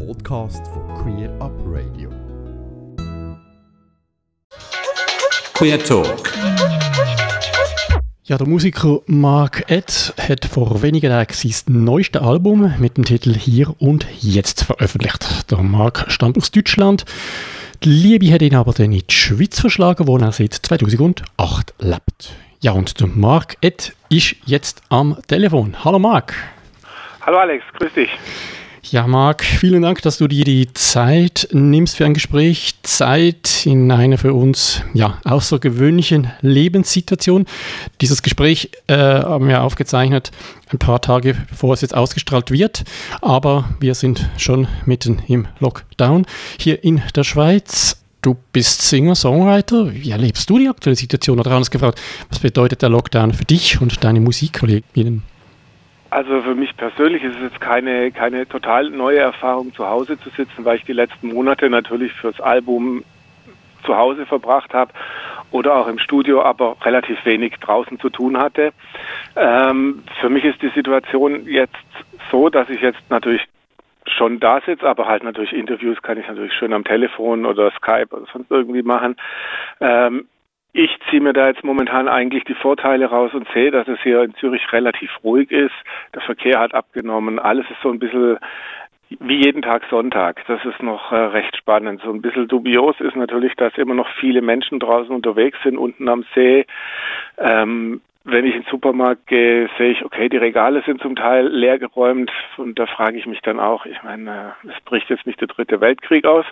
Podcast von Queer Up Radio. Queer Talk. Ja, der Musiker Mark Ed hat vor wenigen Tagen sein neuestes Album mit dem Titel Hier und Jetzt veröffentlicht. Der Mark stammt aus Deutschland. Die Liebe hat ihn aber dann in die Schweiz verschlagen, wo er seit 2008 lebt. Ja, und der Mark Ed ist jetzt am Telefon. Hallo Mark. Hallo Alex, grüß dich. Ja, Mark, vielen Dank, dass du dir die Zeit nimmst für ein Gespräch. Zeit in einer für uns außergewöhnlichen Lebenssituation. Dieses Gespräch haben wir aufgezeichnet ein paar Tage bevor es jetzt ausgestrahlt wird. Aber wir sind schon mitten im Lockdown hier in der Schweiz. Du bist Singer, Songwriter. Wie erlebst du die aktuelle Situation? Oder anders gefragt, was bedeutet der Lockdown für dich und deine Musikkolleginnen? Also für mich persönlich ist es jetzt keine total neue Erfahrung, zu Hause zu sitzen, weil ich die letzten Monate natürlich fürs Album zu Hause verbracht habe oder auch im Studio, aber relativ wenig draußen zu tun hatte. Für mich ist die Situation jetzt so, dass ich jetzt natürlich schon da sitze, aber halt natürlich Interviews kann ich natürlich schön am Telefon oder Skype oder sonst irgendwie machen. Ich ziehe mir da jetzt momentan eigentlich die Vorteile raus und sehe, dass es hier in Zürich relativ ruhig ist. Der Verkehr hat abgenommen. Alles ist so ein bisschen wie jeden Tag Sonntag. Das ist noch recht spannend. So ein bisschen dubios ist natürlich, dass immer noch viele Menschen draußen unterwegs sind, unten am See. Wenn ich in den Supermarkt gehe, sehe ich, okay, die Regale sind zum Teil leer geräumt und da frage ich mich dann auch, ich meine, es bricht jetzt nicht der Dritte Weltkrieg aus,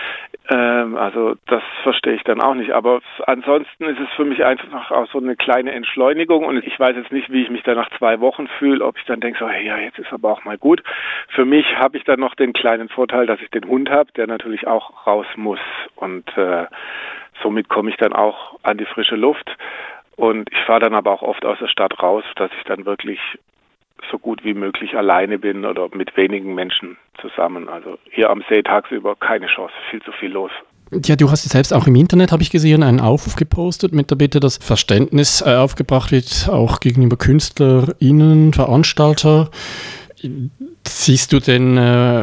also das verstehe ich dann auch nicht, aber ansonsten ist es für mich einfach auch so eine kleine Entschleunigung und ich weiß jetzt nicht, wie ich mich da nach 2 Wochen fühle, ob ich dann denke, so, hey, ja, jetzt ist aber auch mal gut. Für mich habe ich dann noch den kleinen Vorteil, dass ich den Hund habe, der natürlich auch raus muss und somit komme ich dann auch an die frische Luft. Und ich fahre dann aber auch oft aus der Stadt raus, dass ich dann wirklich so gut wie möglich alleine bin oder mit wenigen Menschen zusammen. Also hier am See tagsüber keine Chance, viel zu viel los. Ja, du hast selbst auch im Internet, habe ich gesehen, einen Aufruf gepostet mit der Bitte, dass Verständnis aufgebracht wird, auch gegenüber KünstlerInnen, Veranstalter. Siehst du denn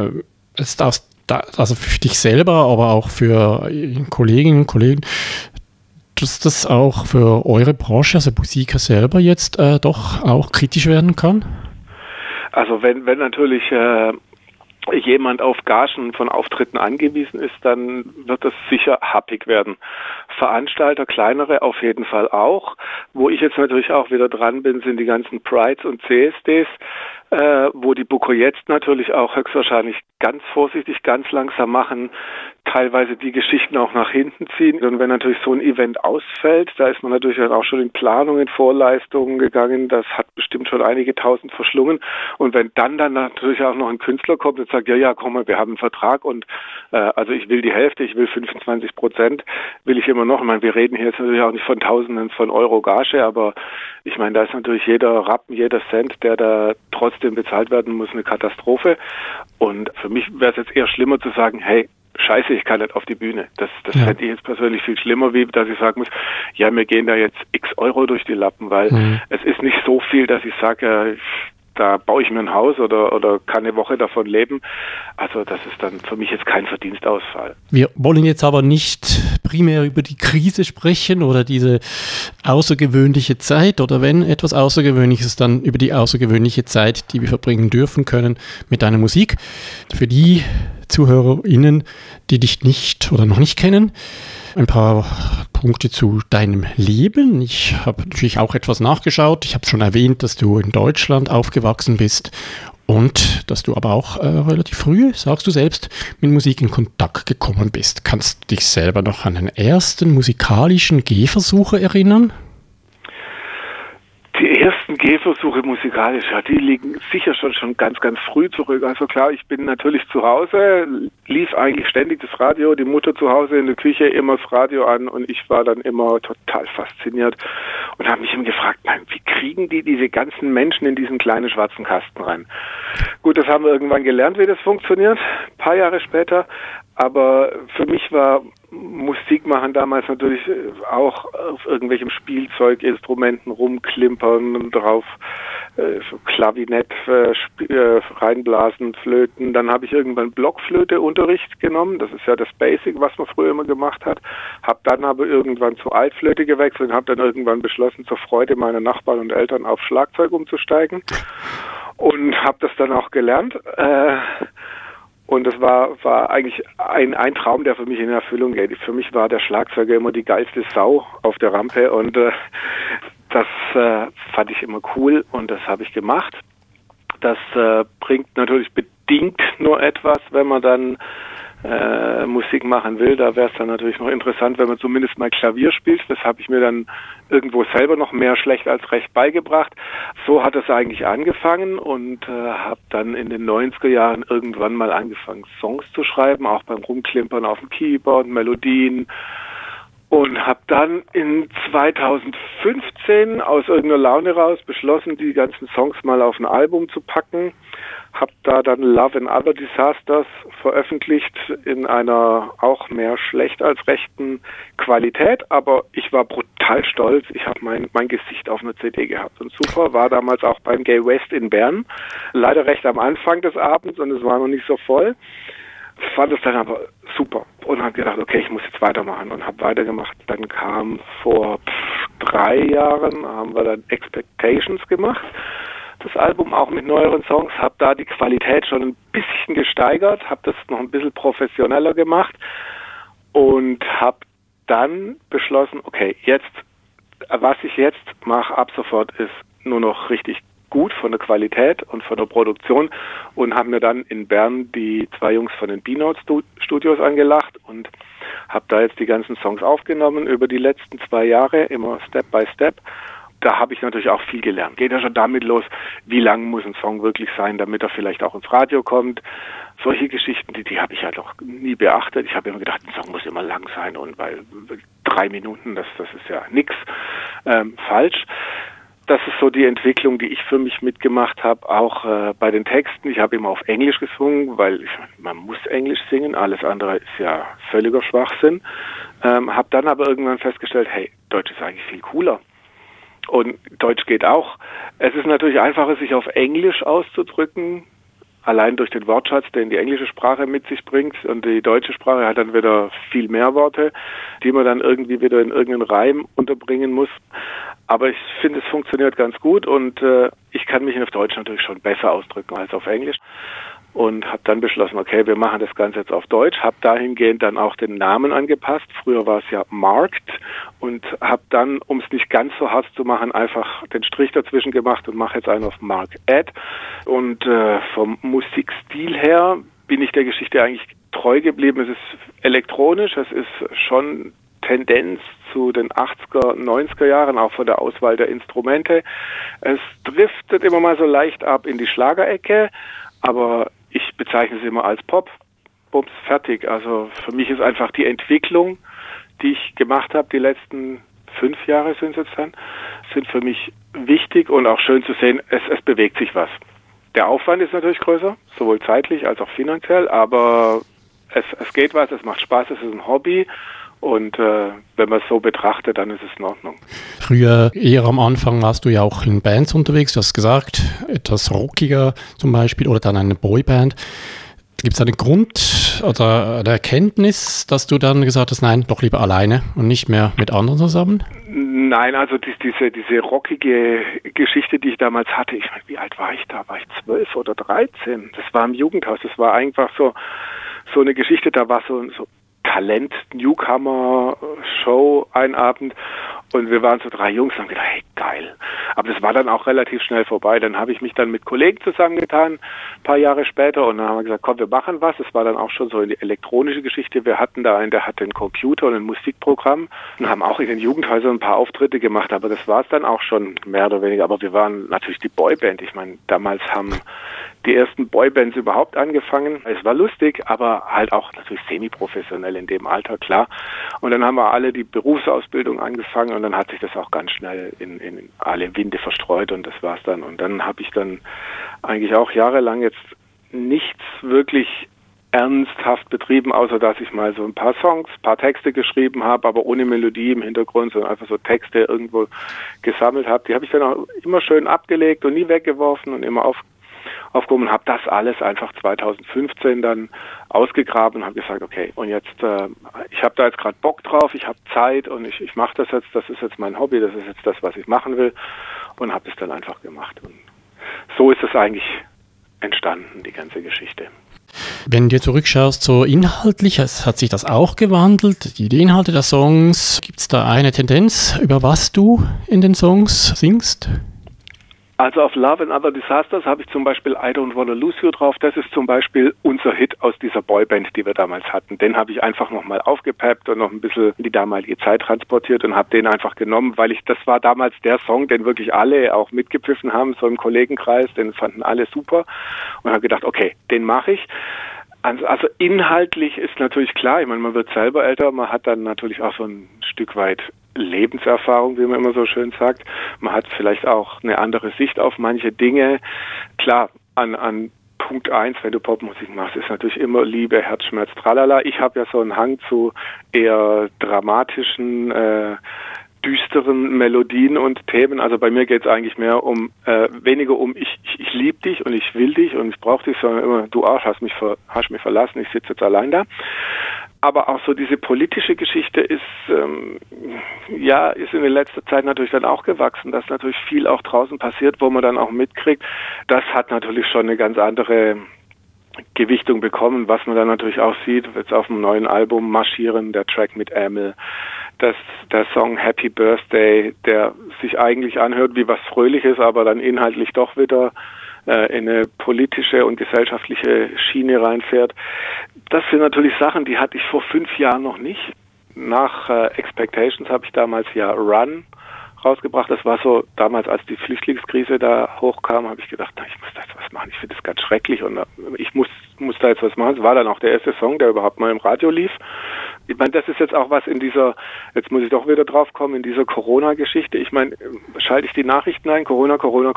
also für dich selber, aber auch für Kolleginnen und Kollegen, dass das auch für eure Branche, also Musiker selber, jetzt doch auch kritisch werden kann? Also wenn natürlich jemand auf Gagen von Auftritten angewiesen ist, dann wird das sicher happig werden. Veranstalter, kleinere auf jeden Fall auch. Wo ich jetzt natürlich auch wieder dran bin, sind die ganzen Prides und CSDs, wo die Booker jetzt natürlich auch höchstwahrscheinlich ganz vorsichtig, ganz langsam machen, teilweise die Geschichten auch nach hinten ziehen. Und wenn natürlich so ein Event ausfällt, da ist man natürlich dann auch schon in Planungen, Vorleistungen gegangen, das hat bestimmt schon einige tausend verschlungen. Und wenn dann natürlich auch noch ein Künstler kommt und sagt, ja, komm mal, wir haben einen Vertrag und also ich will die Hälfte, ich will 25%, will ich immer noch. Ich meine, wir reden hier jetzt natürlich auch nicht von Tausenden von Euro Gage, aber ich meine, da ist natürlich jeder Rappen, jeder Cent, der da trotzdem bezahlt werden muss, eine Katastrophe. Und für mich wäre es jetzt eher schlimmer zu sagen, hey, Scheiße, ich kann nicht auf die Bühne. Das fände ich jetzt persönlich viel schlimmer, wie dass ich sagen muss, ja, mir gehen da jetzt x Euro durch die Lappen, weil es ist nicht so viel, dass ich sage, da baue ich mir ein Haus oder kann eine Woche davon leben. Also das ist dann für mich jetzt kein Verdienstausfall. Wir wollen jetzt aber nicht primär über die Krise sprechen oder diese außergewöhnliche Zeit oder wenn etwas Außergewöhnliches, dann über die außergewöhnliche Zeit, die wir verbringen dürfen können mit deiner Musik. Für die ZuhörerInnen, die dich nicht oder noch nicht kennen, ein paar Punkte zu deinem Leben. Ich habe natürlich auch etwas nachgeschaut. Ich habe schon erwähnt, dass du in Deutschland aufgewachsen bist und dass du aber auch relativ früh, sagst du selbst, mit Musik in Kontakt gekommen bist. Kannst du dich selber noch an den ersten musikalischen Gehversuche erinnern? Die ersten Gehversuche musikalisch, ja, die liegen sicher schon ganz, ganz früh zurück. Also klar, ich bin natürlich zu Hause, lief eigentlich ständig das Radio, die Mutter zu Hause in der Küche immer das Radio an und ich war dann immer total fasziniert und habe mich immer gefragt, nein, wie kriegen die diese ganzen Menschen in diesen kleinen schwarzen Kasten rein? Gut, das haben wir irgendwann gelernt, wie das funktioniert, ein paar Jahre später, Aber für mich war Musik machen damals natürlich auch auf irgendwelchem Spielzeuginstrumenten rumklimpern und drauf Klavinett reinblasen, Flöten. Dann habe ich irgendwann Blockflöteunterricht genommen. Das ist ja das Basic, was man früher immer gemacht hat. Habe dann aber irgendwann zur Altflöte gewechselt und habe dann irgendwann beschlossen, zur Freude meiner Nachbarn und Eltern auf Schlagzeug umzusteigen. Und habe das dann auch gelernt. Und das war eigentlich ein Traum, der für mich in Erfüllung geht. Für mich war der Schlagzeuger immer die geilste Sau auf der Rampe und das fand ich immer cool und das habe ich gemacht. Das bringt natürlich bedingt nur etwas, wenn man dann Musik machen will. Da wäre es dann natürlich noch interessant, wenn man zumindest mal Klavier spielt. Das habe ich mir dann irgendwo selber noch mehr schlecht als recht beigebracht. So hat es eigentlich angefangen und habe dann in den 90er Jahren irgendwann mal angefangen, Songs zu schreiben, auch beim Rumklimpern auf dem Keyboard, Melodien. Und habe dann in 2015 aus irgendeiner Laune raus beschlossen, die ganzen Songs mal auf ein Album zu packen. Habe da dann Love and Other Disasters veröffentlicht in einer auch mehr schlecht als rechten Qualität. Aber ich war brutal stolz. Ich habe mein Gesicht auf einer CD gehabt. Und super, war damals auch beim Gay West in Bern. Leider recht am Anfang des Abends und es war noch nicht so voll. Fand es dann aber super und habe gedacht, okay, ich muss jetzt weitermachen und habe weitergemacht. Dann kam vor 3 Jahren, haben wir dann Expectations gemacht, das Album auch mit neueren Songs, habe da die Qualität schon ein bisschen gesteigert, habe das noch ein bisschen professioneller gemacht und habe dann beschlossen, okay, jetzt, was ich jetzt mache ab sofort ist nur noch richtig gut von der Qualität und von der Produktion und haben mir dann in Bern die 2 Jungs von den B-Note Studios angelacht und habe da jetzt die ganzen Songs aufgenommen über die letzten 2 Jahre, immer Step by Step. Da habe ich natürlich auch viel gelernt. Geht ja schon damit los, wie lang muss ein Song wirklich sein, damit er vielleicht auch ins Radio kommt. Solche Geschichten, die habe ich halt auch nie beachtet. Ich habe immer gedacht, ein Song muss immer lang sein und weil 3 Minuten, das ist ja nix. Falsch. Das ist so die Entwicklung, die ich für mich mitgemacht habe, auch bei den Texten. Ich habe immer auf Englisch gesungen, weil man muss Englisch singen, alles andere ist ja völliger Schwachsinn. Habe dann aber irgendwann festgestellt, hey, Deutsch ist eigentlich viel cooler. Und Deutsch geht auch. Es ist natürlich einfacher, sich auf Englisch auszudrücken, allein durch den Wortschatz, den die englische Sprache mit sich bringt. Und die deutsche Sprache hat dann wieder viel mehr Worte, die man dann irgendwie wieder in irgendeinen Reim unterbringen muss. Aber ich finde, es funktioniert ganz gut und ich kann mich auf Deutsch natürlich schon besser ausdrücken als auf Englisch. Und habe dann beschlossen, okay, wir machen das Ganze jetzt auf Deutsch. Habe dahingehend dann auch den Namen angepasst. Früher war es ja Marked und habe dann, um es nicht ganz so hart zu machen, einfach den Strich dazwischen gemacht und mache jetzt einen auf Mark Ed. Und vom Musikstil her bin ich der Geschichte eigentlich treu geblieben. Es ist elektronisch, es ist schon Tendenz zu den 80er, 90er Jahren, auch von der Auswahl der Instrumente. Es driftet immer mal so leicht ab in die Schlagerecke, aber ich bezeichne es immer als Pop. Bums, fertig. Also für mich ist einfach die Entwicklung, die ich gemacht habe, die letzten 5 Jahre sind es jetzt dann, sind für mich wichtig und auch schön zu sehen, es bewegt sich was. Der Aufwand ist natürlich größer, sowohl zeitlich als auch finanziell, aber es geht was, es macht Spaß, es ist ein Hobby. Und wenn man es so betrachtet, dann ist es in Ordnung. Früher, eher am Anfang, warst du ja auch in Bands unterwegs. Du hast gesagt, etwas rockiger zum Beispiel oder dann eine Boyband. Gibt es einen Grund oder eine Erkenntnis, dass du dann gesagt hast, nein, doch lieber alleine und nicht mehr mit anderen zusammen? Nein, also diese rockige Geschichte, die ich damals hatte, ich meine, wie alt war ich da? War ich 12 oder 13? Das war im Jugendhaus. Das war einfach so eine Geschichte, da war so Talent-Newcomer-Show ein Abend und wir waren so 3 Jungs und haben gedacht, hey, geil. Aber das war dann auch relativ schnell vorbei. Dann habe ich mich dann mit Kollegen zusammengetan, ein paar Jahre später, und dann haben wir gesagt, komm, wir machen was. Das war dann auch schon so eine elektronische Geschichte. Wir hatten da einen, der hatte einen Computer und ein Musikprogramm und haben auch in den Jugendhäusern ein paar Auftritte gemacht, aber das war es dann auch schon mehr oder weniger. Aber wir waren natürlich die Boyband. Ich meine, damals haben die ersten Boybands überhaupt angefangen. Es war lustig, aber halt auch natürlich semi-professionell in dem Alter, klar. Und dann haben wir alle die Berufsausbildung angefangen und dann hat sich das auch ganz schnell in alle Winde verstreut und das war's dann. Und dann habe ich dann eigentlich auch jahrelang jetzt nichts wirklich ernsthaft betrieben, außer dass ich mal so ein paar Songs, ein paar Texte geschrieben habe, aber ohne Melodie im Hintergrund, sondern einfach so Texte irgendwo gesammelt habe. Die habe ich dann auch immer schön abgelegt und nie weggeworfen und immer aufgehoben und habe das alles einfach 2015 dann ausgegraben und habe gesagt, okay, und jetzt, ich habe da jetzt gerade Bock drauf, ich habe Zeit und ich mache das ist jetzt mein Hobby, das ist jetzt das, was ich machen will und habe das dann einfach gemacht. Und so ist es eigentlich entstanden, die ganze Geschichte. Wenn du zurückschaust, so inhaltlich, hat sich das auch gewandelt? Die Inhalte der Songs, gibt es da eine Tendenz, über was du in den Songs singst? Also auf Love and Other Disasters habe ich zum Beispiel I Don't Wanna Lose You drauf. Das ist zum Beispiel unser Hit aus dieser Boyband, die wir damals hatten. Den habe ich einfach nochmal aufgepeppt und noch ein bisschen in die damalige Zeit transportiert und habe den einfach genommen, weil das war damals der Song, den wirklich alle auch mitgepfiffen haben, so im Kollegenkreis, den fanden alle super und habe gedacht, okay, den mache ich. Also inhaltlich ist natürlich klar, ich meine, man wird selber älter, man hat dann natürlich auch so ein Stück weit Lebenserfahrung, wie man immer so schön sagt. Man hat vielleicht auch eine andere Sicht auf manche Dinge. Klar, an Punkt 1, wenn du Popmusik machst, ist natürlich immer Liebe, Herzschmerz, tralala. Ich habe ja so einen Hang zu eher dramatischen, düsteren Melodien und Themen. Also bei mir geht es eigentlich mehr weniger um ich liebe dich und ich will dich und ich brauche dich, sondern immer du Arsch hast mich verlassen, ich sitze jetzt allein da. Aber auch so diese politische Geschichte ist in der letzten Zeit natürlich dann auch gewachsen, dass natürlich viel auch draußen passiert, wo man dann auch mitkriegt. Das hat natürlich schon eine ganz andere Gewichtung bekommen, was man dann natürlich auch sieht, jetzt auf dem neuen Album Marschieren, der Track mit Amel, der Song Happy Birthday, der sich eigentlich anhört wie was Fröhliches, aber dann inhaltlich doch wieder in eine politische und gesellschaftliche Schiene reinfährt. Das sind natürlich Sachen, die hatte ich vor 5 Jahren noch nicht. Nach Expectations habe ich damals ja Run rausgebracht. Das war so, damals als die Flüchtlingskrise da hochkam, habe ich gedacht, ich muss da jetzt was machen. Ich finde das ganz schrecklich und ich muss da jetzt was machen. Es war dann auch der erste Song, der überhaupt mal im Radio lief. Ich meine, das ist jetzt auch was jetzt muss ich doch wieder drauf kommen, in dieser Corona-Geschichte. Ich meine, schalte ich die Nachrichten ein, Corona.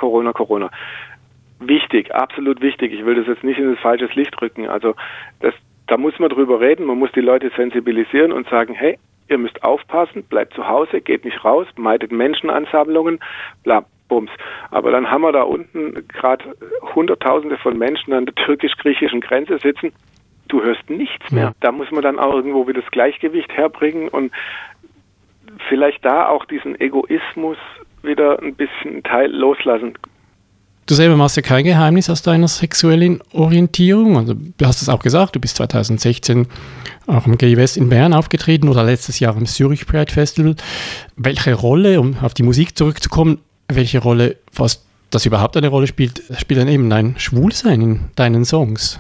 Wichtig, absolut wichtig. Ich will das jetzt nicht in das falsche Licht rücken. Also da muss man drüber reden, man muss die Leute sensibilisieren und sagen, hey, ihr müsst aufpassen, bleibt zu Hause, geht nicht raus, meidet Menschenansammlungen, bla, bums. Aber dann haben wir da unten gerade Hunderttausende von Menschen an der türkisch-griechischen Grenze sitzen. Du hörst nichts mehr. Da muss man dann auch irgendwo wieder das Gleichgewicht herbringen und vielleicht da auch diesen Egoismus wieder ein bisschen Teil loslassen. Du selber machst ja kein Geheimnis aus deiner sexuellen Orientierung. Also, du hast es auch gesagt, du bist 2016 auch im Gay West in Bern aufgetreten oder letztes Jahr im Zürich Pride Festival. Welche Rolle, um auf die Musik zurückzukommen, welche Rolle, was das überhaupt eine Rolle spielt dann eben dein Schwulsein in deinen Songs?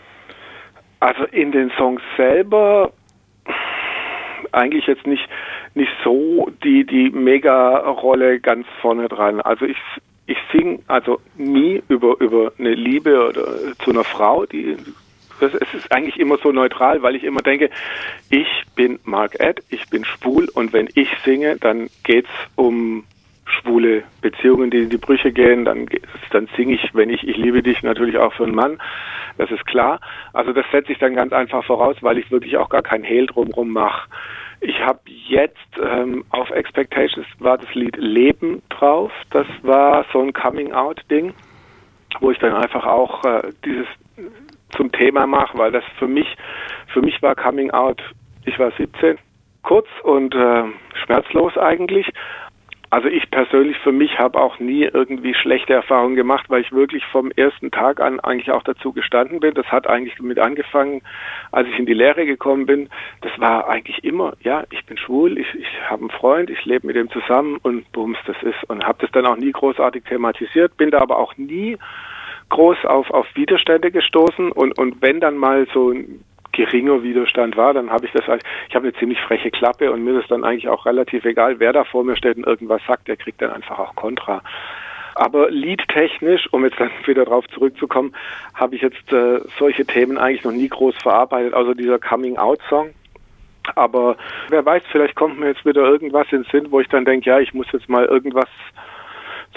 Also in den Songs selber eigentlich jetzt nicht so die Mega-Rolle ganz vorne dran. Also ich singe also nie über eine Liebe oder zu einer Frau, es ist eigentlich immer so neutral, weil ich immer denke, ich bin Mark Ed, ich bin schwul und wenn ich singe, dann geht's um schwule Beziehungen, die in die Brüche gehen, dann singe ich, wenn ich liebe dich, natürlich auch für einen Mann, das ist klar. Also das setze ich dann ganz einfach voraus, weil ich wirklich auch gar kein Hehl drumherum mache. Ich habe jetzt auf Expectations war das Lied Leben drauf. Das war so ein Coming-out-Ding, wo ich dann einfach auch dieses zum Thema mache, weil das für mich war Coming-out, ich war 17, kurz und schmerzlos eigentlich. Also ich persönlich für mich habe auch nie irgendwie schlechte Erfahrungen gemacht, weil ich wirklich vom ersten Tag an eigentlich auch dazu gestanden bin. Das hat eigentlich damit angefangen, als ich in die Lehre gekommen bin. Das war eigentlich immer, ja, ich bin schwul, ich habe einen Freund, ich lebe mit dem zusammen und bums, das ist. Und habe das dann auch nie großartig thematisiert, bin da aber auch nie groß auf Widerstände gestoßen und wenn dann mal so ein geringer Widerstand war, dann habe ich habe eine ziemlich freche Klappe und mir ist es dann eigentlich auch relativ egal, wer da vor mir steht und irgendwas sagt, der kriegt dann einfach auch Kontra. Aber liedtechnisch, um jetzt dann wieder drauf zurückzukommen, habe ich jetzt solche Themen eigentlich noch nie groß verarbeitet, außer dieser Coming-out-Song. Aber wer weiß, vielleicht kommt mir jetzt wieder irgendwas in den Sinn, wo ich dann denke, ja, ich muss jetzt mal irgendwas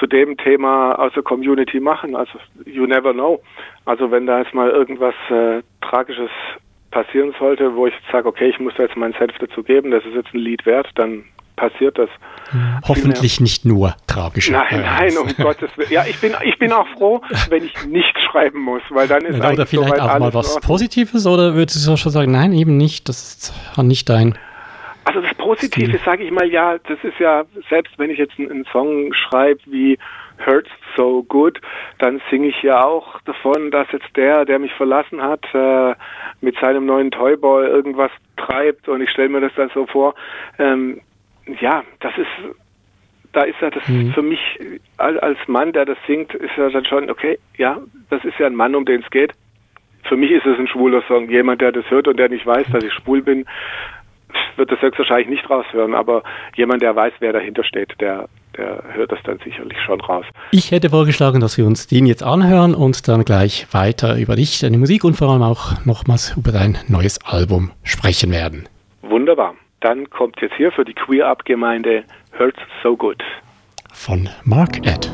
zu dem Thema aus der Community machen. Also you never know. Also wenn da jetzt mal irgendwas Tragisches passieren sollte, wo ich jetzt sage, okay, ich muss da jetzt meinen Senf dazu geben, das ist jetzt ein Lied wert, dann passiert das. Hoffentlich nicht nur tragisch. Nein, um Gottes Willen. Ja, ich bin auch froh, wenn ich nicht schreiben muss, weil dann ist oder vielleicht auch mal was Positives, oder würdest du schon sagen, nein, eben nicht, das ist nicht dein... Also das Positive, sage ich mal, ja, das ist ja, selbst wenn ich jetzt einen Song schreibe wie Hurts So Good, dann singe ich ja auch davon, dass jetzt der mich verlassen hat, mit seinem neuen Toyboy irgendwas treibt, und ich stelle mir das dann so vor, ja, das ist ja das für mich als Mann, der das singt, ist ja dann schon, okay, ja, das ist ja ein Mann, um den es geht. Für mich ist es ein schwuler Song. Jemand, der das hört und der nicht weiß, dass ich schwul bin, wird das höchstwahrscheinlich nicht raushören, aber jemand, der weiß, wer dahinter steht, der hört das dann sicherlich schon raus. Ich hätte vorgeschlagen, dass wir uns den jetzt anhören und dann gleich weiter über dich, deine Musik und vor allem auch nochmals über dein neues Album sprechen werden. Wunderbar. Dann kommt jetzt hier für die Queer-Up-Gemeinde Hurts So Good. Von Mark Ed.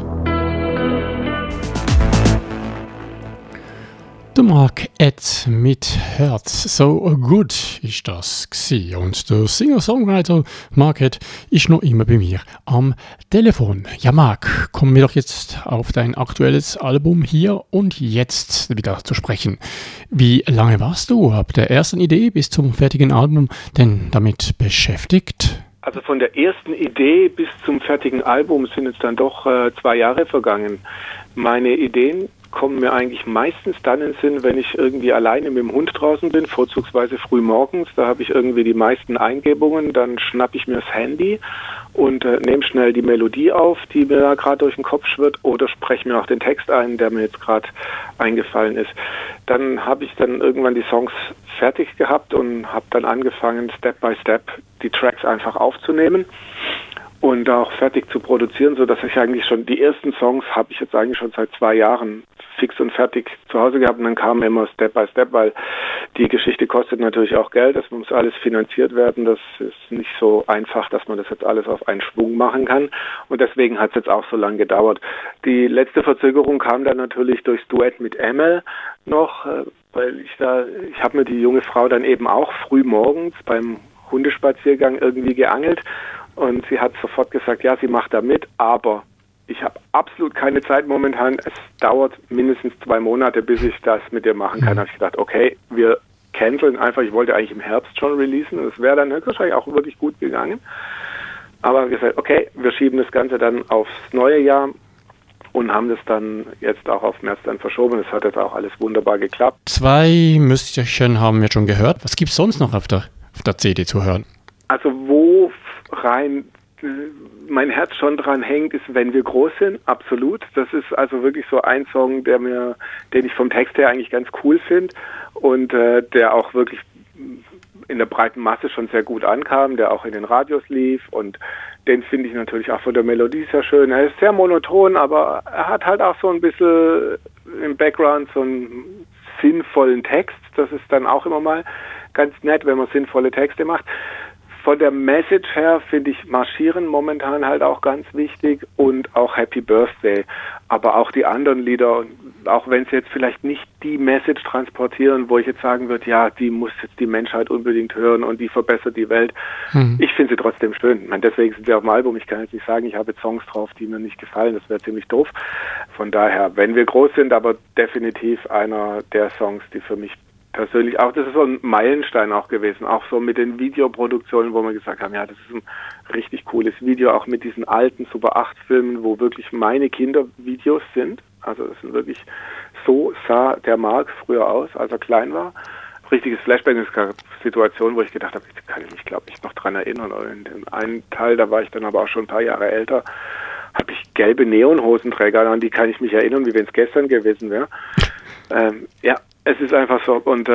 Der Mark Ed mit Hurts So Good ist das gsi. Und der Singer-Songwriter Mark Ed ist noch immer bei mir am Telefon. Ja, Mark, kommen wir doch jetzt auf dein aktuelles Album Hier und Jetzt wieder zu sprechen. Wie lange warst du ab der ersten Idee bis zum fertigen Album denn damit beschäftigt? Also von der ersten Idee bis zum fertigen Album sind jetzt dann doch 2 Jahre vergangen. Meine Ideen kommen mir eigentlich meistens dann in den Sinn, wenn ich irgendwie alleine mit dem Hund draußen bin, vorzugsweise früh morgens. Da habe ich irgendwie die meisten Eingebungen, dann schnappe ich mir das Handy und nehme schnell die Melodie auf, die mir da gerade durch den Kopf schwirrt, oder spreche mir auch den Text ein, der mir jetzt gerade eingefallen ist. Dann habe ich dann irgendwann die Songs fertig gehabt und habe dann angefangen, Step by Step die Tracks einfach aufzunehmen und auch fertig zu produzieren, sodass ich eigentlich schon die ersten Songs habe ich jetzt eigentlich schon seit 2 Jahren fix und fertig zu Hause gehabt, und dann kam immer Step by Step, weil die Geschichte kostet natürlich auch Geld, das muss alles finanziert werden, das ist nicht so einfach, dass man das jetzt alles auf einen Schwung machen kann, und deswegen hat es jetzt auch so lange gedauert. Die letzte Verzögerung kam dann natürlich durchs Duett mit Emel noch, weil ich habe mir die junge Frau dann eben auch früh morgens beim Hundespaziergang irgendwie geangelt, und sie hat sofort gesagt, ja, sie macht da mit, aber ich habe absolut keine Zeit momentan. Es dauert mindestens 2 Monate, bis ich das mit dir machen kann. Da habe ich gedacht, okay, wir canceln einfach. Ich wollte eigentlich im Herbst schon releasen. Das wäre dann höchstwahrscheinlich auch wirklich gut gegangen. Aber wir gesagt, okay, wir schieben das Ganze dann aufs neue Jahr und haben das dann jetzt auch auf März dann verschoben. Das hat jetzt auch alles wunderbar geklappt. 2 Müsterchen haben wir schon gehört. Was gibt es sonst noch auf der CD zu hören? Also wo rein mein Herz schon dran hängt, ist Wenn wir groß sind, absolut. Das ist also wirklich so ein Song, den ich vom Text her eigentlich ganz cool finde und der auch wirklich in der breiten Masse schon sehr gut ankam, der auch in den Radios lief, und den finde ich natürlich auch von der Melodie sehr schön. Er ist sehr monoton, aber er hat halt auch so ein bisschen im Background so einen sinnvollen Text. Das ist dann auch immer mal ganz nett, wenn man sinnvolle Texte macht. Von der Message her finde ich Marschieren momentan halt auch ganz wichtig und auch Happy Birthday. Aber auch die anderen Lieder, auch wenn sie jetzt vielleicht nicht die Message transportieren, wo ich jetzt sagen würde, ja, die muss jetzt die Menschheit unbedingt hören und die verbessert die Welt. Ich finde sie trotzdem schön. Ich meine, deswegen sind sie auf dem Album. Ich kann jetzt nicht sagen, ich habe jetzt Songs drauf, die mir nicht gefallen. Das wäre ziemlich doof. Von daher, Wenn wir groß sind, aber definitiv einer der Songs, die für mich persönlich auch, das ist so ein Meilenstein auch gewesen, auch so mit den Videoproduktionen, wo wir gesagt haben, ja, das ist ein richtig cooles Video, auch mit diesen alten Super 8 Filmen, wo wirklich meine Kindervideos sind. Also das sind wirklich, so sah der Mark früher aus, als er klein war. Richtiges Flashback, es gab Situationen, wo ich gedacht habe, ich kann mich, glaube ich, noch dran erinnern. Und in dem einen Teil, da war ich dann aber auch schon ein paar Jahre älter, habe ich gelbe Neonhosenträger, an die kann ich mich erinnern, wie wenn es gestern gewesen wäre. Ja, es ist einfach so, und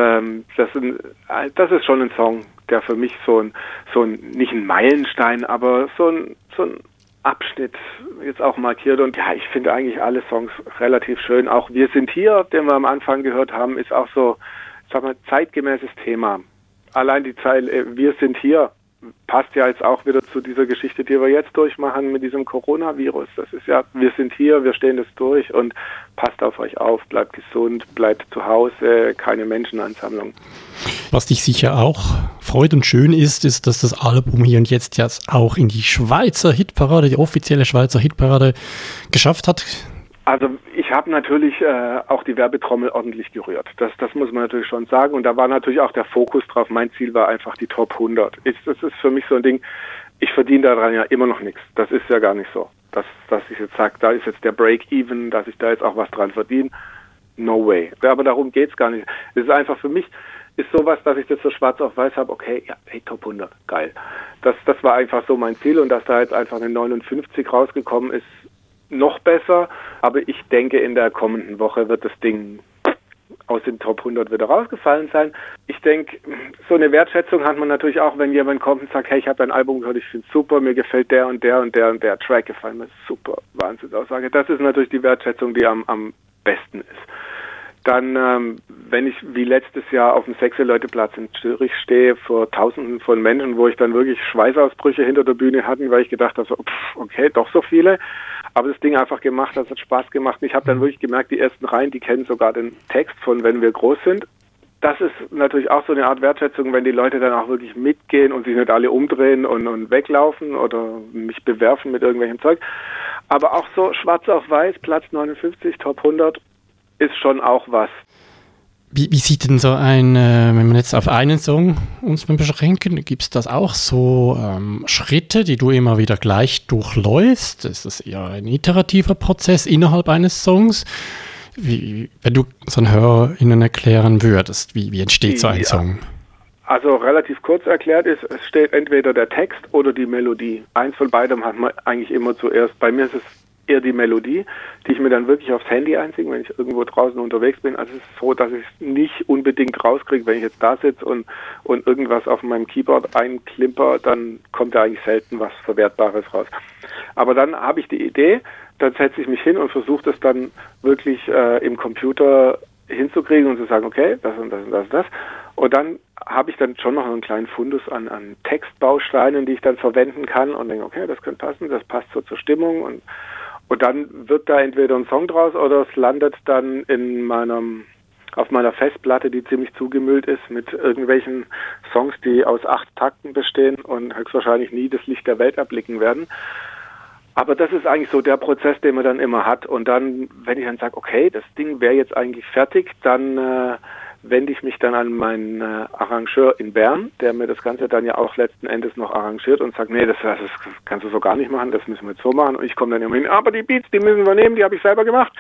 das ist schon ein Song, der für mich so ein nicht ein Meilenstein, aber so ein Abschnitt jetzt auch markiert. Und ja, ich finde eigentlich alle Songs relativ schön. Auch Wir sind hier, den wir am Anfang gehört haben, ist auch so, sag mal, zeitgemäßes Thema. Allein die Zeile Wir sind hier passt ja jetzt auch wieder zu dieser Geschichte, die wir jetzt durchmachen mit diesem Coronavirus. Das ist ja, wir sind hier, wir stehen das durch und passt auf euch auf, bleibt gesund, bleibt zu Hause, keine Menschenansammlung. Was dich sicher auch freut und schön ist, dass das Album hier und jetzt auch in die Schweizer Hitparade, die offizielle Schweizer Hitparade geschafft hat. Also ich habe natürlich auch die Werbetrommel ordentlich gerührt. Das muss man natürlich schon sagen. Und da war natürlich auch der Fokus drauf. Mein Ziel war einfach die Top 100. Das ist für mich so ein Ding, ich verdiene daran ja immer noch nichts. Das ist ja gar nicht so. Dass ich jetzt sage, da ist jetzt der Break-Even, dass ich da jetzt auch was dran verdiene. No way. Aber darum geht's gar nicht. Es ist einfach für mich, ist sowas, dass ich das so schwarz auf weiß habe, okay, ja, hey, Top 100, geil. Das war einfach so mein Ziel und dass da jetzt einfach eine 59 rausgekommen ist, noch besser, aber ich denke, in der kommenden Woche wird das Ding aus den Top 100 wieder rausgefallen sein. Ich denke, so eine Wertschätzung hat man natürlich auch, wenn jemand kommt und sagt, hey, ich habe dein Album gehört, ich finde es super, mir gefällt der und der und der und der Track, gefallen mir super, Wahnsinnsaussage. Das ist natürlich die Wertschätzung, die am besten ist. Dann, wenn ich wie letztes Jahr auf dem Sechse-Leute-Platz in Zürich stehe, vor Tausenden von Menschen, wo ich dann wirklich Schweißausbrüche hinter der Bühne hatte, weil ich gedacht habe, so, okay, doch so viele, aber das Ding einfach gemacht, das hat Spaß gemacht. Und ich habe dann wirklich gemerkt, die ersten Reihen, die kennen sogar den Text von Wenn wir groß sind. Das ist natürlich auch so eine Art Wertschätzung, wenn die Leute dann auch wirklich mitgehen und sich nicht alle umdrehen und weglaufen oder mich bewerfen mit irgendwelchem Zeug. Aber auch so schwarz auf weiß, Platz 59, Top 100, ist schon auch was. Wie sieht denn so ein, wenn man jetzt auf einen Song uns mal beschränken, gibt es das auch so Schritte, die du immer wieder gleich durchläufst? Ist das eher ein iterativer Prozess innerhalb eines Songs? Wenn du so einen HörerInnen erklären würdest, wie entsteht so ein Song? Also relativ kurz erklärt ist, es steht entweder der Text oder die Melodie. Eins von beidem hat man eigentlich immer zuerst. Bei mir ist es eher die Melodie, die ich mir dann wirklich aufs Handy einsinge, wenn ich irgendwo draußen unterwegs bin. Also es ist so, dass ich es nicht unbedingt rauskriege, wenn ich jetzt da sitze und irgendwas auf meinem Keyboard einklimper, dann kommt da eigentlich selten was Verwertbares raus. Aber dann habe ich die Idee, dann setze ich mich hin und versuche das dann wirklich im Computer hinzukriegen und zu sagen, okay, das und das und das und das. Und dann habe ich dann schon noch einen kleinen Fundus an Textbausteinen, die ich dann verwenden kann und denke, okay, das könnte passen, das passt so zur Stimmung und dann wird da entweder ein Song draus oder es landet dann auf meiner Festplatte, die ziemlich zugemüllt ist mit irgendwelchen Songs, die aus 8 Takten bestehen und höchstwahrscheinlich nie das Licht der Welt erblicken werden. Aber das ist eigentlich so der Prozess, den man dann immer hat. Und dann, wenn ich dann sage, okay, das Ding wäre jetzt eigentlich fertig, dann wende ich mich dann an meinen Arrangeur in Bern, der mir das Ganze dann ja auch letzten Endes noch arrangiert und sagt, nee, das kannst du so gar nicht machen, das müssen wir jetzt so machen. Und ich komme dann immer hin, aber die Beats, die müssen wir nehmen, die habe ich selber gemacht.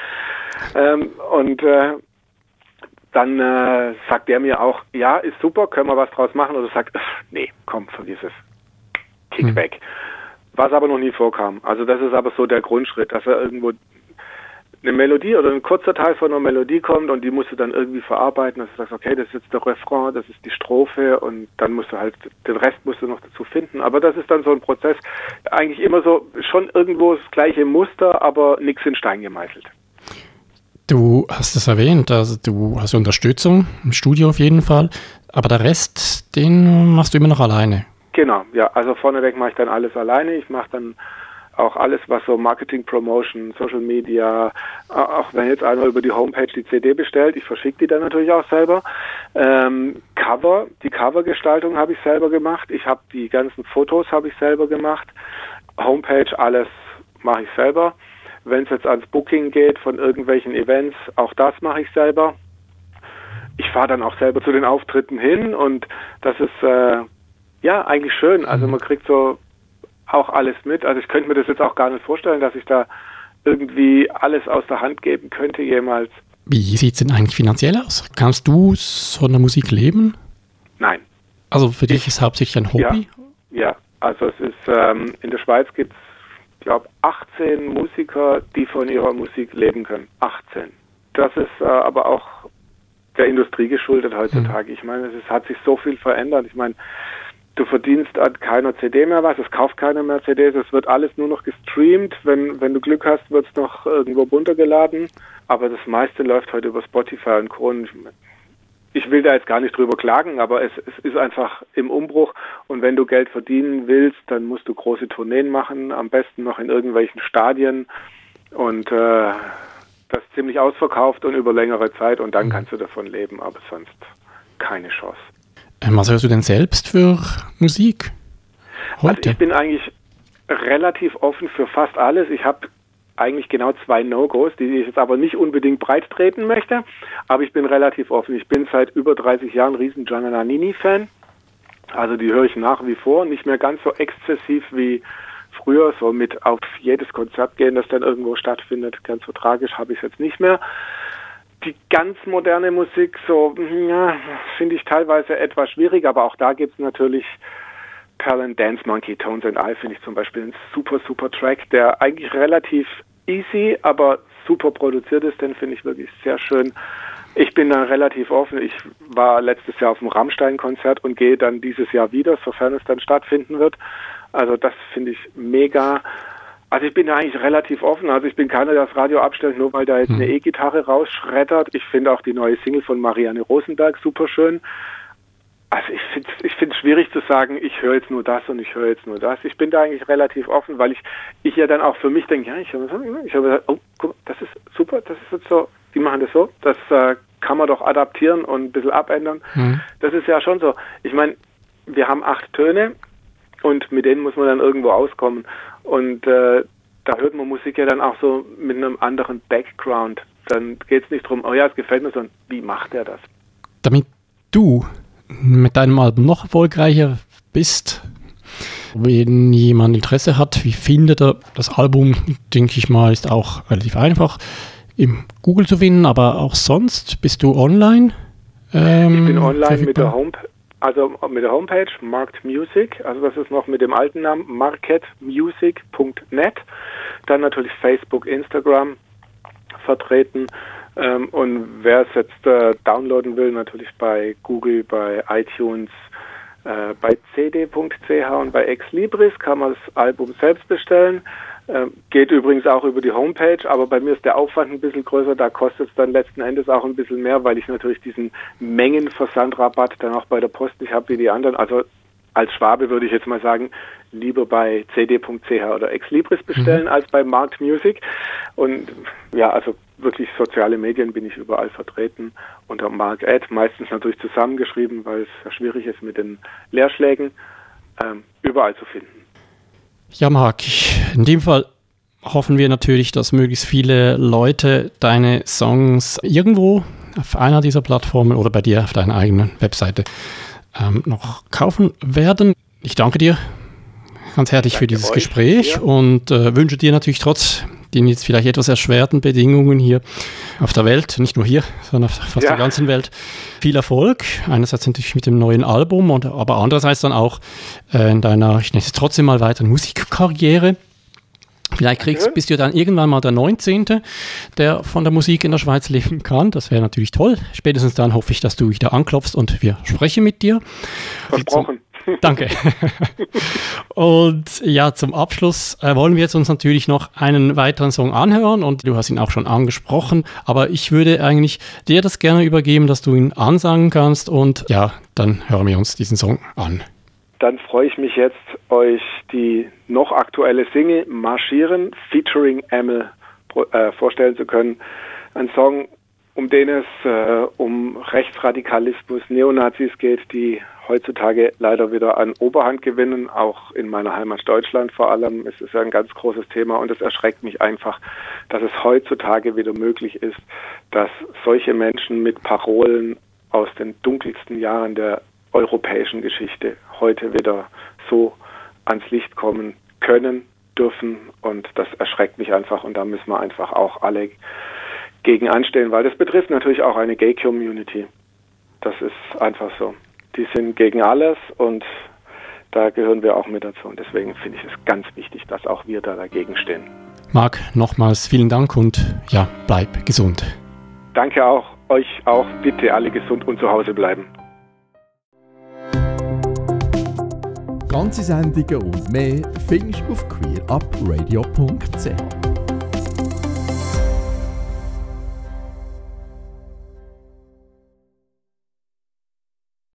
Dann sagt der mir auch, ja, ist super, können wir was draus machen? Oder sagt, nee, komm, vergiss es. Kick weg. Was aber noch nie vorkam. Also das ist aber so der Grundschritt, dass er irgendwo eine Melodie oder ein kurzer Teil von einer Melodie kommt und die musst du dann irgendwie verarbeiten, dass du sagst, okay, das ist jetzt der Refrain, das ist die Strophe und dann musst du halt, den Rest musst du noch dazu finden. Aber das ist dann so ein Prozess, eigentlich immer so, schon irgendwo das gleiche Muster, aber nichts in Stein gemeißelt. Du hast es erwähnt, also du hast Unterstützung im Studio auf jeden Fall, aber der Rest, den machst du immer noch alleine. Genau, ja, also vorneweg mache ich dann alles alleine. Ich mache dann auch alles, was so Marketing, Promotion, Social Media, auch wenn jetzt einer über die Homepage die CD bestellt, ich verschicke die dann natürlich auch selber. Die Covergestaltung habe ich selber gemacht. Ich habe die ganzen Fotos habe ich selber gemacht. Homepage, alles mache ich selber. Wenn es jetzt ans Booking geht von irgendwelchen Events, auch das mache ich selber. Ich fahre dann auch selber zu den Auftritten hin und das ist ja eigentlich schön. Also man kriegt so auch alles mit. Also ich könnte mir das jetzt auch gar nicht vorstellen, dass ich da irgendwie alles aus der Hand geben könnte jemals. Wie sieht es denn eigentlich finanziell aus? Kannst du von der Musik leben? Nein. Also für dich ist hauptsächlich ein Hobby? Ja, also es ist, in der Schweiz gibt es, ich glaube, 18 Musiker, die von ihrer Musik leben können. 18. Das ist aber auch der Industrie geschuldet heutzutage. Ich meine, es hat sich so viel verändert. Ich meine, du verdienst an keiner CD mehr was, es kauft keiner mehr CDs, es wird alles nur noch gestreamt. Wenn du Glück hast, wird es noch irgendwo runtergeladen. Aber das meiste läuft heute über Spotify und Co. ich will da jetzt gar nicht drüber klagen, aber es ist einfach im Umbruch. Und wenn du Geld verdienen willst, dann musst du große Tourneen machen, am besten noch in irgendwelchen Stadien. Und das ziemlich ausverkauft und über längere Zeit. Und dann kannst du davon leben, aber sonst keine Chance. Was hörst du denn selbst für Musik heute? Also ich bin eigentlich relativ offen für fast alles. Ich habe eigentlich genau 2 No-Gos, die ich jetzt aber nicht unbedingt breit treten möchte, aber ich bin relativ offen. Ich bin seit über 30 Jahren riesen Gianna Nannini-Fan, also die höre ich nach wie vor, nicht mehr ganz so exzessiv wie früher, so mit auf jedes Konzert gehen, das dann irgendwo stattfindet, ganz so tragisch habe ich es jetzt nicht mehr. Die ganz moderne Musik, so, ja, finde ich teilweise etwas schwierig, aber auch da gibt es natürlich Talent, Dance Monkey, Tones and I finde ich zum Beispiel ein super, super Track, der eigentlich relativ easy, aber super produziert ist, den finde ich wirklich sehr schön. Ich bin da relativ offen. Ich war letztes Jahr auf dem Rammstein-Konzert und gehe dann dieses Jahr wieder, sofern es dann stattfinden wird. Also das finde ich mega. Also ich bin da eigentlich relativ offen. Also ich bin keiner, der das Radio abstellt, nur weil da jetzt eine E-Gitarre rausschreddert. Ich finde auch die neue Single von Marianne Rosenberg super schön. Also ich finde es schwierig zu sagen, ich höre jetzt nur das und ich höre jetzt nur das. Ich bin da eigentlich relativ offen, weil ich ja dann auch für mich denke, ja, ich habe gesagt, oh, guck, das ist super, das ist jetzt so, die machen das so, das kann man doch adaptieren und ein bisschen abändern. Das ist ja schon so. Ich meine, wir haben 8 Töne und mit denen muss man dann irgendwo auskommen. Und da hört man Musik ja dann auch so mit einem anderen Background. Dann geht es nicht darum, oh ja, es gefällt mir, sondern wie macht er das? Damit du mit deinem Album noch erfolgreicher bist, wenn jemand Interesse hat, wie findet er das Album, denke ich mal, ist auch relativ einfach im Google zu finden, aber auch sonst, bist du online? Ich bin online verfügbar? mit der Homepage Marked Music, also das ist noch mit dem alten Namen marketmusic.net, dann natürlich Facebook, Instagram vertreten. Und wer es jetzt downloaden will, natürlich bei Google, bei iTunes, bei cd.ch und bei Exlibris kann man das Album selbst bestellen. Geht übrigens auch über die Homepage, aber bei mir ist der Aufwand ein bisschen größer, da kostet es dann letzten Endes auch ein bisschen mehr, weil ich natürlich diesen Mengenversandrabatt dann auch bei der Post nicht habe wie die anderen. Also als Schwabe würde ich jetzt mal sagen, lieber bei cd.ch oder Exlibris bestellen als bei Marked Music. Und ja, also wirklich soziale Medien bin ich überall vertreten unter Mark Ed, meistens natürlich zusammengeschrieben, weil es ja schwierig ist mit den Leerschlägen, überall zu finden. Ja, Marc, in dem Fall hoffen wir natürlich, dass möglichst viele Leute deine Songs irgendwo auf einer dieser Plattformen oder bei dir auf deiner eigenen Webseite noch kaufen werden. Ich danke dir ganz herzlich für dieses Gespräch und wünsche dir natürlich trotz den jetzt vielleicht etwas erschwerten Bedingungen hier auf der Welt, nicht nur hier, sondern auf fast der ganzen Welt, viel Erfolg. Einerseits natürlich mit dem neuen Album, aber andererseits dann auch in deiner, ich nenne es trotzdem mal weiter, Musikkarriere. Vielleicht bist du dann irgendwann mal der 19., der von der Musik in der Schweiz leben kann. Das wäre natürlich toll. Spätestens dann hoffe ich, dass du wieder anklopfst und wir sprechen mit dir. Versprochen. Danke. Und ja, zum Abschluss wollen wir jetzt uns natürlich noch einen weiteren Song anhören und du hast ihn auch schon angesprochen, aber ich würde eigentlich dir das gerne übergeben, dass du ihn ansagen kannst und ja, dann hören wir uns diesen Song an. Dann freue ich mich jetzt, euch die noch aktuelle Single Marschieren featuring Emil vorstellen zu können. Ein Song, um den es um Rechtsradikalismus, Neonazis geht, die heutzutage leider wieder an Oberhand gewinnen, auch in meiner Heimat Deutschland vor allem. Es ist ein ganz großes Thema und es erschreckt mich einfach, dass es heutzutage wieder möglich ist, dass solche Menschen mit Parolen aus den dunkelsten Jahren der europäischen Geschichte heute wieder so ans Licht kommen können, dürfen und das erschreckt mich einfach und da müssen wir einfach auch alle gegen anstehen, weil das betrifft natürlich auch eine Gay-Community. Das ist einfach so. Die sind gegen alles und da gehören wir auch mit dazu und deswegen finde ich es ganz wichtig, dass auch wir da dagegen stehen. Marc, nochmals vielen Dank und ja, bleib gesund. Danke auch, euch auch, bitte alle gesund und zu Hause bleiben. Ganze Sendungen und mehr findest du auf queerupradio.ch.